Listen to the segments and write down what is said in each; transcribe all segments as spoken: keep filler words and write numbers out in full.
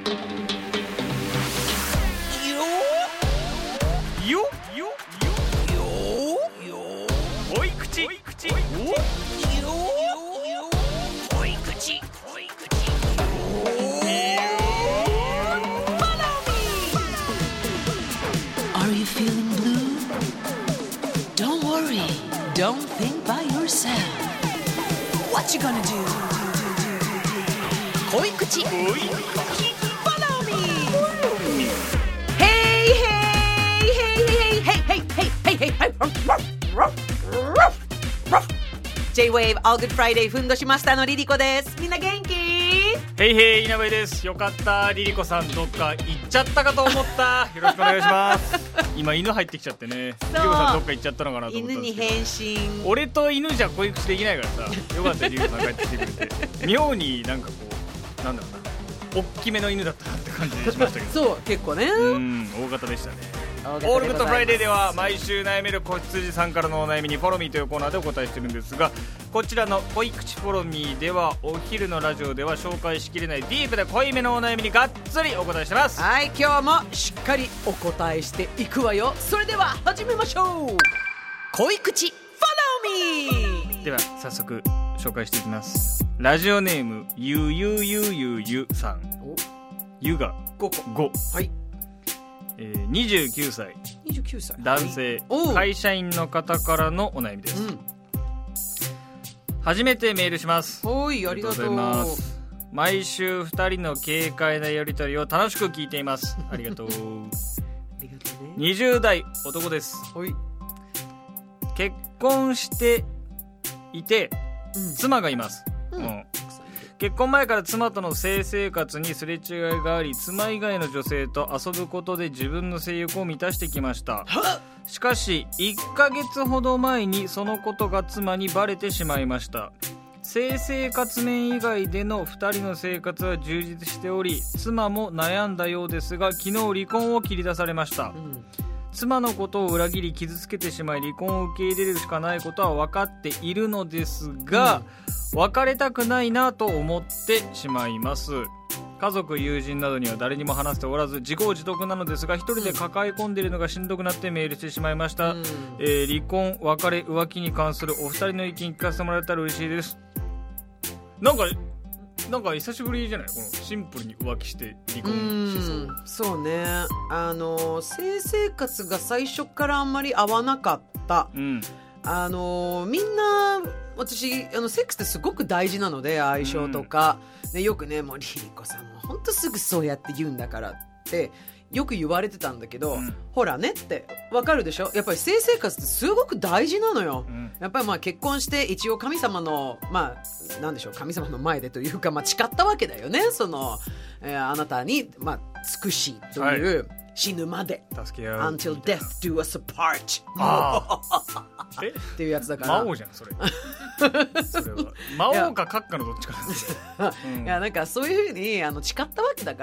よよよ濃い口濃い口濃い口 Are you feeling blue? Don't worry, don't think by yourself. What you gonna do? 濃い口 Follow me. Hey, hey, hey, hey, hey, hey, hey, hey, hey, hey. J-Wave All Good Friday ふんどしマスターのリリコです。みんな元気？ へいへい稲葉です。よかった、リリコさんどっか行っちゃったかと思った。よろしくお願いします今犬入ってきちゃってね、リリコさんどっか行っちゃったのかなと思ったんですけど、 犬に変身。 俺と犬じゃ濃い口できないからさ、よかったリリコさん帰ってきてくれて妙になんかこうなんだろうな、大きめの犬だったなって感じしましたけどそう結構ね、 うん大型でしたね。オールグッドフライデーでは毎週悩める子羊さんからのお悩みにフォロミーというコーナーでお答えしてるんですが、こちらの濃い口フォロミーではお昼のラジオでは紹介しきれないディープで濃いめのお悩みにがっつりお答えしてます。 はい、今日もしっかりお答えしていくわよ。それでは始めましょう。濃い口フォローミー。 では早速紹介していきます。ラジオネームゆゆゆゆゆさん、ゆがごこご、 はい、 えー、にじゅうきゅうさいにじゅうきゅうさい男性、 はい、 会社員の方からのお悩みです、うん、初めてメールします。 はい、ありがとうございます。 毎週ふたりの軽快なやりとりを楽しく聞いています。ありがとうありがとうね。 にじゅう代男です。 はい、 結婚していて、うん、妻がいます、 うんうん、 結婚前から妻との性生活にすれ違いがあり、妻以外の女性と遊ぶことで自分の性欲を満たしてきました。しかしいっかげつほど前にそのことが妻にバレてしまいました。性生活面以外でのふたりの生活は充実しており、妻も悩んだようですが、昨日離婚を切り出されました、うん、妻のことを裏切り傷つけてしまい、離婚を受け入れるしかないことは分かっているのですが、うん、別れたくないなと思ってしまいます。家族友人などには誰にも話しておらず、自業自得なのですが、一人で抱え込んでいるのがしんどくなってメールしてしまいました、うん、えー、離婚別れ浮気に関するお二人の意見聞かせてもらえたら嬉しいです。なんかなんか久しぶりじゃない、このシンプルに浮気して離婚しそう。うそうね、あの性生活が最初からあんまり合わなかった、うん、あのみんな私あのセックスってすごく大事なので、相性とか、うん、でよくね、もうリリコさんも本当すぐそうやって言うんだからってよく言われてたんだけど、うん、ほらねってわかるでしょ。やっぱり性生活ってすごく大事なのよ、うん、やっぱりまあ結婚して一応神様のまあなんでしょう、神様の前でというか、まあ誓ったわけだよね。その、えー、あなたにまあ尽くしという、はい、死ぬまで助け合う Until death do us apart あえっていうやつだから。 魔王じゃんそれそれは魔王か閣下のどっちかなんですよ、うん、 いやなんかそういうふうにあの誓ったわけだから、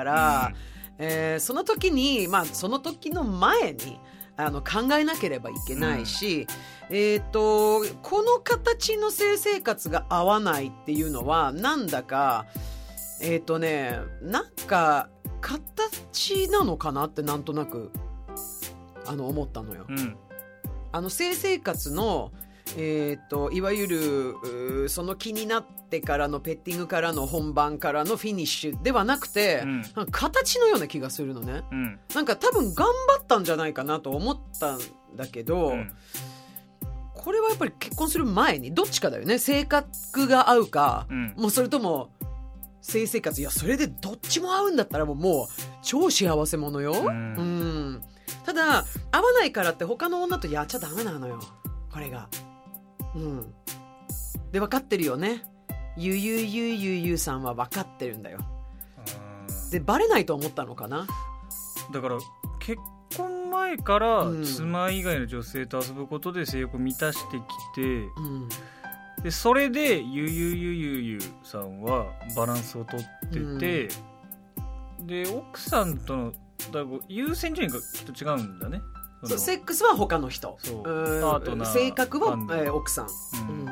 うん、えー、その時に、まあ、その時の前にあの考えなければいけないし、うん、えーと、この形の性生活が合わないっていうのはなんだかえーとねなんか形なのかなってなんとなくあの思ったのよ、うん、あの性生活のえー、といわゆるその気になってからのペッティングからの本番からのフィニッシュではなくて、うん、なんか形のような気がするのね、うん、なんか多分頑張ったんじゃないかなと思ったんだけど、うん、これはやっぱり結婚する前にどっちかだよね。性格が合うか、うん、もうそれとも性生活、いやそれでどっちも合うんだったらもう、もう超幸せ者よ、うんうん、ただ合わないからって他の女とやっちゃダメなのよこれが。うん、で分かってるよね。ゆゆゆゆゆさんは分かってるんだよ。でバレないと思ったのかな。 だから結婚前から妻以外の女性と遊ぶことで性欲を満たしてきて、うん、でそれでゆゆゆゆゆさんはバランスをとってて、うん、で奥さんとのだ優先順位がきっと違うんだね。 そうセックスは他の人、 そうパートナー性格は、えー、奥さん、 うんうん、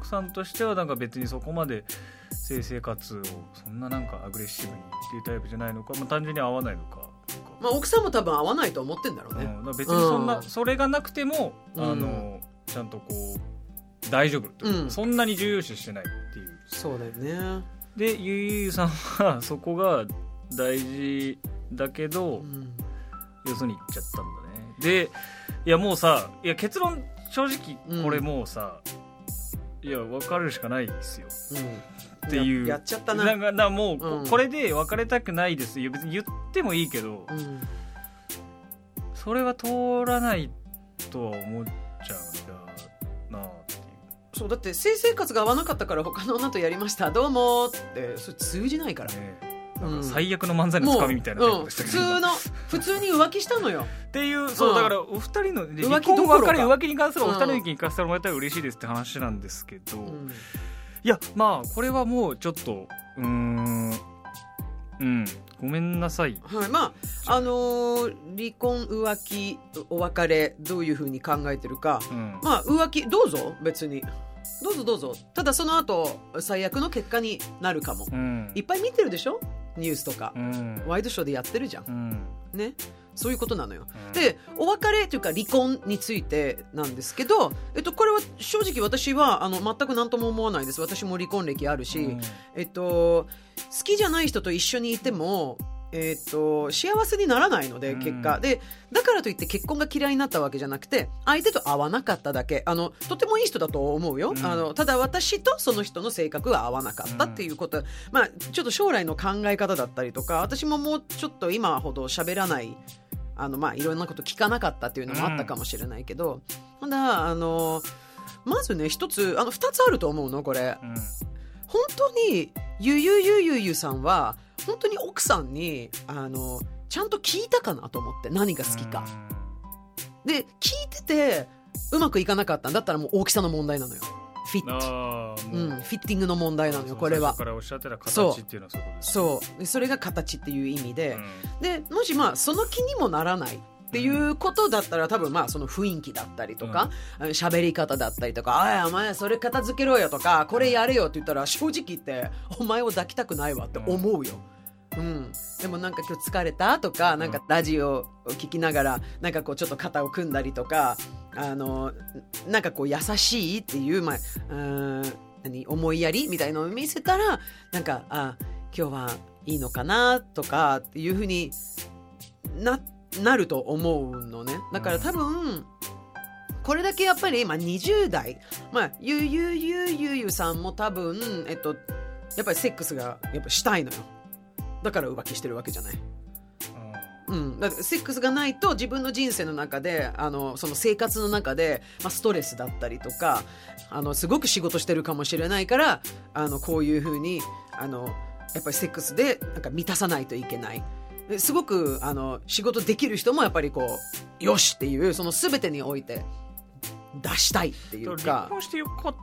奥さんとしてはなんか別にそこまで性生活をそんななんかアグレッシブにっていうタイプじゃないのか、まあ、単純に合わないのか、 まあ、奥さんも多分合わないと思ってんだろうね、 うん、だから別にそんな、うん、それがなくてもあの、うん、ちゃんとこう大丈夫ってこと、うん、そんなに重要視してないっていう。 そうだよね。 でゆいゆいさんはそこが大事だけど、うん、よそに行っちゃったんだね。でいやもうさ、いや結論正直これもうさ、うん、いや別れるしかないですよ、うん、っていうや, やっちゃったな。 なんかなもう、うん、これで別れたくないです。いや別に言ってもいいけど、うん、それは通らないとは思っちゃうんだなっていう。 そうだって性生活が合わなかったから他の女とやりましたどうもってそれ通じないから、ね、 なんか最悪の漫才のつかみみたいな、 うん、普通の普通に浮気したのよっていうそう、うん、だからお二人の離婚別れ浮気に関するお二人の意見聞かせてもらえたら嬉しいですって話なんですけど、うん、いやまあこれはもうちょっとうーんうんごめんなさい、 はい、まああのー、離婚浮気お別れどういう風に考えてるか、うん、まあ浮気どうぞ別にどうぞどうぞ。ただその後最悪の結果になるかも、うん、いっぱい見てるでしょニュースとか、うん、ワイドショーでやってるじゃん、うん、ね、そういうことなのよ、うん、でお別れというか離婚についてなんですけど、えっと、これは正直私はあの全く何とも思わないです。私も離婚歴あるし、うん、えっと、好きじゃない人と一緒にいてもえー、と幸せにならないので結果、うん、でだからといって結婚が嫌いになったわけじゃなくて相手と合わなかっただけ。あのとてもいい人だと思うよ、うん、あのただ私とその人の性格が合わなかったっていうこと、うん、まあちょっと将来の考え方だったりとか私ももうちょっと今ほど喋らないあの、まあ、いろんなこと聞かなかったっていうのもあったかもしれないけど、うん、ただあのまずね一つあの二つあると思うのこれ、うん、本当にゆゆゆゆゆさんは本当に奥さんにあのちゃんと聞いたかなと思って何が好きかで聞いててうまくいかなかったんだったらもう大きさの問題なのよ。フィット、うん、フィッティングの問題なのよこれは。 最初からおっしゃってた形っていうのはそういうことですね。 そうそれが形っていう意味で、うん、でもしまあその気にもならないっていうことだったら多分まあその雰囲気だったりとか喋、うん、り方だったりとかあいお前それ片付けろよとかこれやれよって言ったら正直言ってお前を抱きたくないわって思うよ、うん、でもなんか今日疲れたとかなんかラジオを聞きながらなんかこうちょっと肩を組んだりとかあのなんかこう優しいっていう、まあ、うん何思いやりみたいのを見せたらなんかあ今日はいいのかなとかっていうふうになってなると思うのね。だから多分これだけやっぱり今にじゅう代まあゆゆゆゆゆさんも多分えっとやっぱりセックスがやっぱしたいのよ。だから浮気してるわけじゃない。うん、だからセックスがないと自分の人生の中であのその生活の中で、まあ、ストレスだったりとかあのすごく仕事してるかもしれないからあのこういう風にあのやっぱりセックスでなんか満たさないといけない。すごくあの仕事できる人もやっぱりこうよしっていうその全てにおいて出したいっていうか。 離婚してよかった、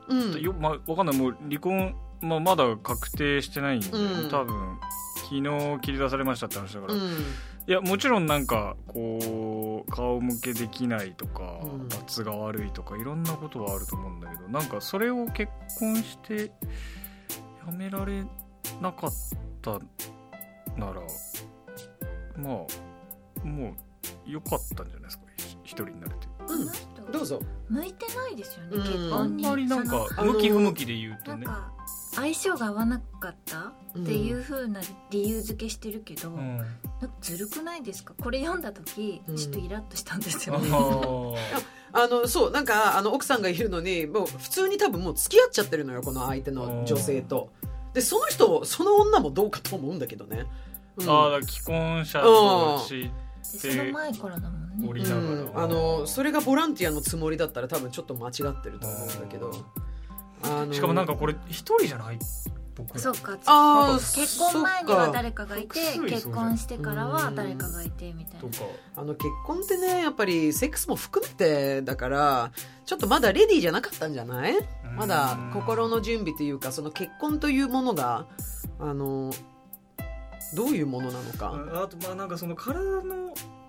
うんよまあ、分かんないもう離婚、まあ、まだ確定してないんで、うん、多分昨日切り出されましたって話だから、うん、いやもちろんなんかこう顔向けできないとか、うん、罰が悪いとかいろんなことはあると思うんだけどなんかそれを結婚してやめられなかったならまあもう良かったんじゃないですか一人になれて。 うん、どうぞ。 向いてないですよね、 うん、 結婚に。 あんまりなんか向き不向きで言うとね、 なんか相性が合わなかったっていう風な理由付けしてるけど、うん、なんかずるくないですか。これ読んだ時ちょっとイラッとしたんですよね、うん、 あのそうなんかあの奥さんがいるのにもう普通に多分もう付き合っちゃってるのよこの相手の女性と。でその人その女もどうかと思うんだけどね、 うん、ああ既婚者としてその前からだもんね、 うん、あのそれがボランティアのつもりだったら多分ちょっと間違ってると思うんだけどあのしかもなんかこれ一人じゃない僕そうかあ結婚前には誰かがいて結婚してからは誰かがいてみたいな。 あの結婚ってねやっぱりセックスも含めてだからちょっとまだレディーじゃなかったんじゃない？まだ心の準備というかその結婚というものがあのどういうものなのか。 あとまあなんかその体の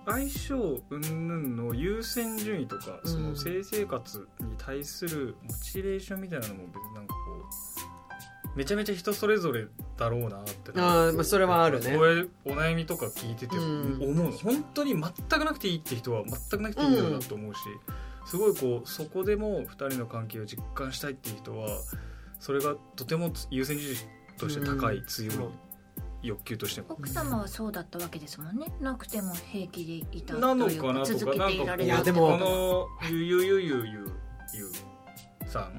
相性云々の優先順位とか、うん、その性生活に対するモチベーションみたいなのも別になんかこうめちゃめちゃ人それぞれだろうなってあ、まあ、それはあるね。 これお悩みとか聞いてて思うの、うん、本当に全くなくていいって人は全くなくていいんだろうなと思うし、うん、すごいこうそこでもふたりの関係を実感したいっていう人はそれがとても優先順位として高い、うん、強い欲求としても奥様はそうだったわけですもんね。なくても平気でいたなのかなとか、 続けていられる。 いやでもこのゆゆゆゆゆゆさ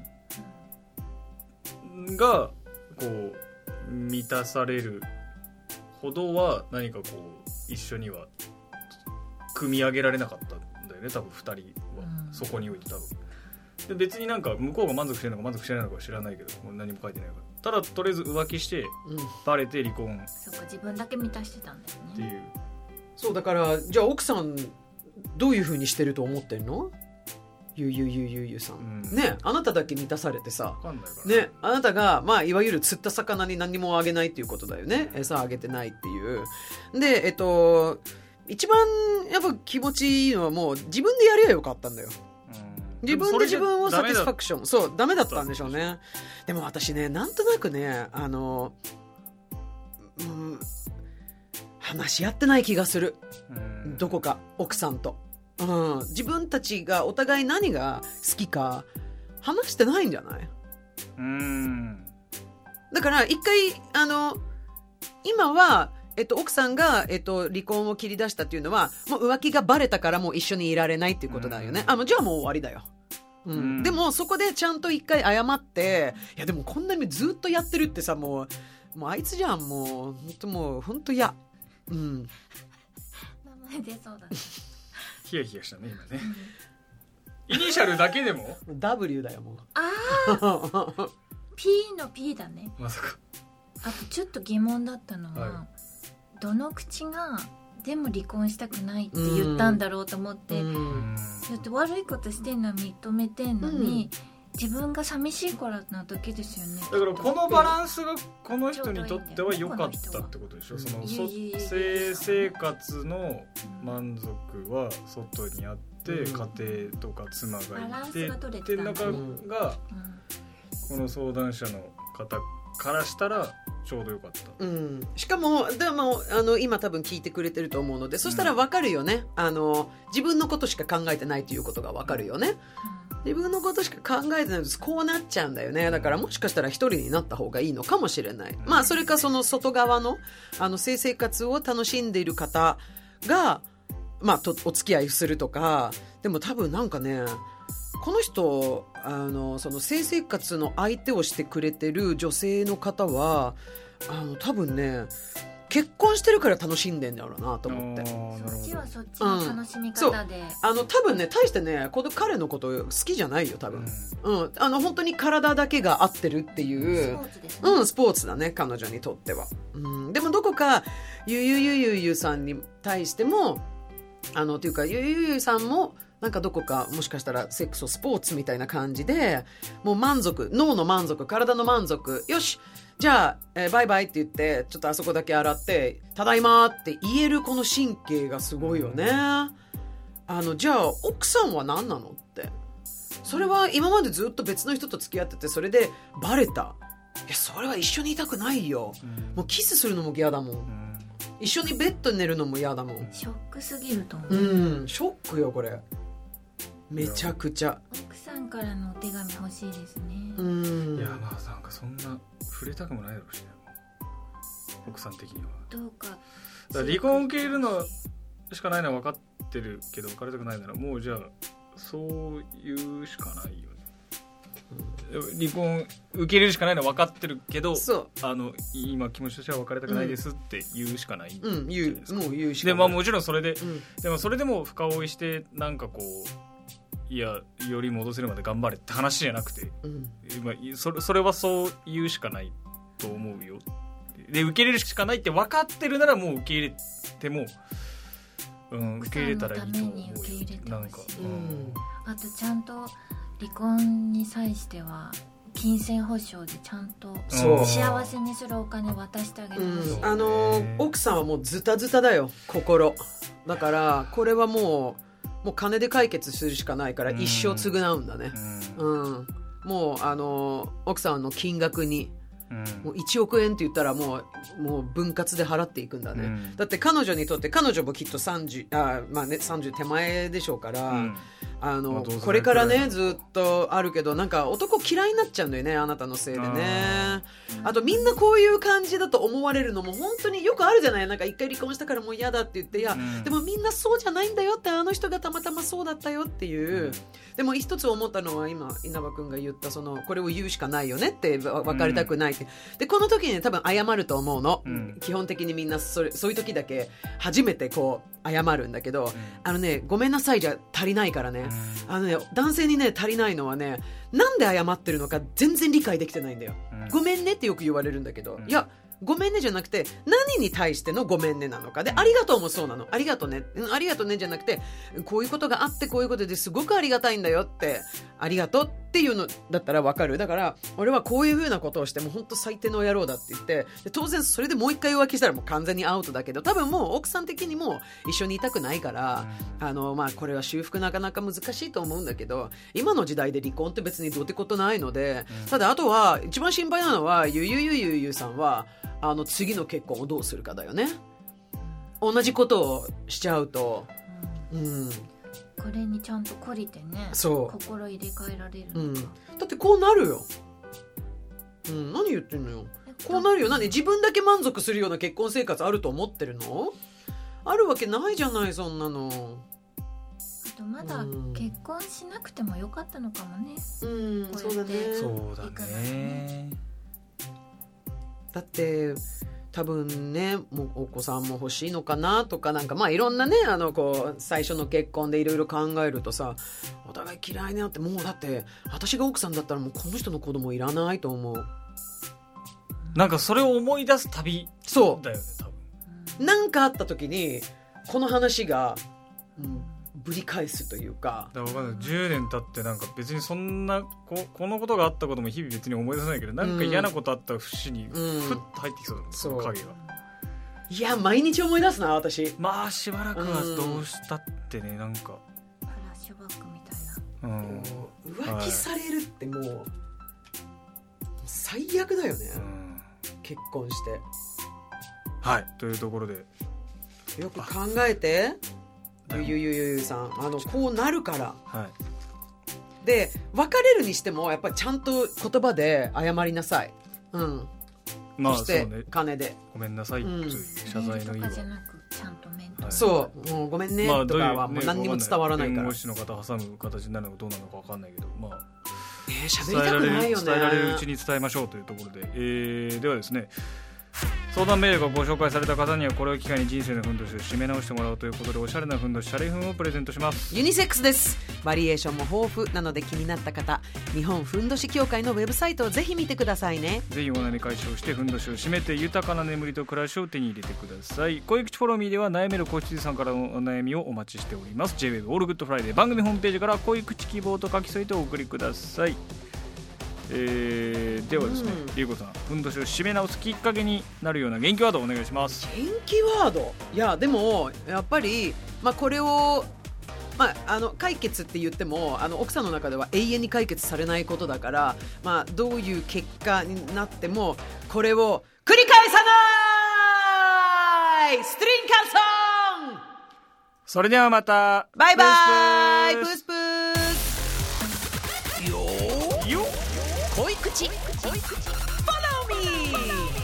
んがこう満たされるほどは何かこう一緒には組み上げられなかったんだよね多分ふたりは、うん、そこにおいて多分で別になんか向こうが満足してるのか満足してないのかは知らないけどもう何も書いてないからただとりあえず浮気して、うん、バレて離婚、 そうか自分だけ満たしてたんだよねっていう。 そうだからじゃあ奥さんどういう風にしてると思ってんの？ゆゆゆゆゆさん、うん、ね、あなただけ満たされてさ、 わかんないからね、 ね、あなたが、まあ、いわゆる釣った魚に何もあげないっていうことだよね。餌あげてないっていうで、えっと一番やっぱ気持ちいいのはもう自分でやりゃよかったんだよ、うん、自分で自分をサティスファクション、そうダメだったんでしょうね。でも私ねなんとなくねあの、うん、話し合ってない気がする、うん、どこか奥さんとうん、自分たちがお互い何が好きか話してないんじゃない？ うーんだから一回あの今は、えっと、奥さんが、えっと、離婚を切り出したっていうのはもう浮気がバレたからもう一緒にいられないっていうことだよね。あもうじゃあもう終わりだよ、うんうん、でもそこでちゃんと一回謝っていやでもこんなにずっとやってるってさもう、もうあいつじゃんもうほんともうほんと嫌、うん、 名前出そうだねヒヤヒヤしたね今ね、うん、イニシャルだけでもダブリュー だよもう。 ああP の P だね。 まさか。 あとちょっと疑問だったのは、はい、どの口がでも離婚したくないって言ったんだろうと思って、うんだって悪いことしてんのは認めてんのに、うん、自分が寂しいからなだけですよね。 だからこのバランスがこの人にとっては良かったってことでしょ。その性生活の満足は外にあって、うん、家庭とか妻がいてっていう中が、この相談者の方からしたらちょうどよかった、 うん、しかもでもあの今多分聞いてくれてると思うので、そしたら分かるよね、うん、あの自分のことしか考えてないということが分かるよね、うん、自分のことしか考えてないとこうなっちゃうんだよね。だからもしかしたら一人になった方がいいのかもしれない、うん、まあそれかその外側の、あの性生活を楽しんでいる方が、まあ、とお付き合いするとか。でも多分なんかねこの人あのその性生活の相手をしてくれてる女性の方はあの多分ね結婚してるから楽しんでんだろうなと思って。 そっちはそっちの楽しみ方で、うん、 あの多分ね大してねこの彼のこと好きじゃないよ多分、うんうん、あの本当に体だけが合ってるっていうスポーツですね、うん、スポーツだね彼女にとっては、うん、でもどこかゆゆゆゆゆさんに対してもあのというかゆゆゆさんもなんかどこかもしかしたらセックスをスポーツみたいな感じでもう満足、脳の満足、体の満足、よしじゃあ、えー、バイバイって言ってちょっとあそこだけ洗ってただいまって言えるこの神経がすごいよね。あのじゃあ奥さんは何なのって、それは今までずっと別の人と付き合っててそれでバレた、いやそれは一緒にいたくないよ、うん、もうキスするのも嫌だもん、うん、一緒にベッドに寝るのも嫌だもん。 ショックすぎると思う。 うんショックよこれめちゃくちゃ。 奥さんからのお手紙欲しいですね。 うんいやまあなんかそんな触れたくもないだろうしね奥さん的には。 どうかだから離婚を受け入れるのしかないのは分かってるけど別れたくないならもうじゃあそういうしかないよね、うん、離婚受け入れるしかないのは分かってるけどそうあの今気持ちとしては別れたくないですって言うしかないんじゃないですか、 うんうん、言うもう言うしかない。で、まあ、もちろんそれで、 うん、 でもそれでも深追いしてなんかこういやより戻せるまで頑張れって話じゃなくて、うんまあ、それ、それはそう言うしかないと思うよ。で受け入れるしかないって分かってるならもう受け入れても、うん、受け入れたらいいと思うよ。なんか、うん、 あとちゃんと離婚に際しては金銭保証でちゃんと幸せにするお金渡してあげてほしい、 うん、あの奥さんはもうズタズタだよ心、 だからこれはもうもう金で解決するしかないから一生償うんだね、うん、うん、もうあの奥さんの金額に、うん、もういちおくえんって言ったらもう、もう分割で払っていくんだね、うん、だって彼女にとって彼女もきっとさんじゅう、あ、まあね、さんじゅう手前でしょうから、うん、あの、まあ、これからねずっとあるけどなんか男嫌いになっちゃうんだよね、あなたのせいでね。 あ, あとみんなこういう感じだと思われるのも本当によくあるじゃない。なんか一回離婚したからもう嫌だって言って、いや、うん、でもみんなそうじゃないんだよって、あの人がたまたまそうだったよっていう、うん、でも一つ思ったのは今稲葉君が言ったそのこれを言うしかないよねって別れたくないって、うん、でこの時に、ね、多分謝ると思うの、うん、基本的にみんなそれそういう時だけ初めてこう謝るんだけど、うん、あのねごめんなさいじゃ足りないからね、うん、あのね男性にね足りないのはね、なんで謝ってるのか全然理解できてないんだよ、うん、ごめんねってよく言われるんだけど、うん、いやごめんねじゃなくて何に対してのごめんねなのかで、ありがとうもそうなの、ありがとうね、ありがとうねじゃなくてこういうことがあってこういうことですごくありがたいんだよって、ありがとうっていうのだったらわかる。だから俺はこういう風なことをしても本当最低の野郎だって言って、で当然それでもう一回浮気したらもう完全にアウトだけど、多分もう奥さん的にも一緒にいたくないから、うん、あのまあこれは修復なかなか難しいと思うんだけど、今の時代で離婚って別にどうってことないので、うん、ただあとは一番心配なのはゆゆゆゆゆさんはあの次の結婚をどうするかだよね。同じことをしちゃうと、うん、 これにちゃんと懲りてね、 そう心入れ替えられるのか、 うん、だってこうなるよ、うん、何言ってんのよ、こうなるよ。何自分だけ満足するような結婚生活あると思ってるの？あるわけないじゃない、そんなの。 あとまだ結婚しなくてもよかったのかもね、 うん、 こうそうだね、 そうだね。 だって多分ね、もうお子さんも欲しいのかなとか、なんかまあいろんなね、あのこう最初の結婚でいろいろ考えるとさ、お互い嫌いになって、もうだって私が奥さんだったらもうこの人の子供いらないと思う。 なんかそれを思い出す旅そうだよね、多分。 なんかあった時にこの話が、うん、ぶり返すというか、 だから分かんない、じゅうねん経ってなんか別にそんな こ, このことがあったことも日々別に思い出さないけど、なんか嫌なことあった節にふっと入ってきそうだもん、うん、その影が。 いや毎日思い出すな私。 まあしばらくはどうしたってね、なんかフラッシュバックみたいな、 うん、浮気されるってもう、はい、最悪だよね、うん、結婚して。 はい、というところでよく考えて、ゆゆゆゆゆさん、あのこうなるから、はい、で別れるにしてもやっぱりちゃんと言葉で謝りなさい、うん、 まあ、 そしてそうね、 金でごめんなさいという謝罪の意味は、 うん、じゃなくちゃんと面倒、 はい、そう、もうごめんねとかはもう何にも伝わらないから、 弁護士の方挟む形になるのかどうなのか分かんないけど、まあえー、喋りたくないよね。 伝えられるうちに伝えましょうというところで、えー、ではですね、相談メールがご紹介された方にはこれを機会に人生のふんどしを締め直してもらうということで、おしゃれなふんどしシャレふんをプレゼントします。 ユニセックスです。バリエーションも豊富なので、気になった方、日本ふんどし協会のウェブサイトをぜひ見てくださいね。 ぜひお悩み解消してふんどしを締めて豊かな眠りと暮らしを手に入れてください。恋口フォローミーでは悩める子羊さんからのお悩みをお待ちしております。 ジェイウェブ オールグッドフライデー番組ホームページから恋口希望と書き添えてお送りください。えー、ではですね、ゆうこさん、ふんどしを締め直すきっかけになるような元気ワードをお願いします。 元気ワード、いやでもやっぱり、まあ、これを、まあ、あの解決って言ってもあの奥さんの中では永遠に解決されないことだから、まあ、どういう結果になってもこれを繰り返さないストリンカーソン。 それではまた、 バイバイ、プスプス。恋口、恋口、フォローミー。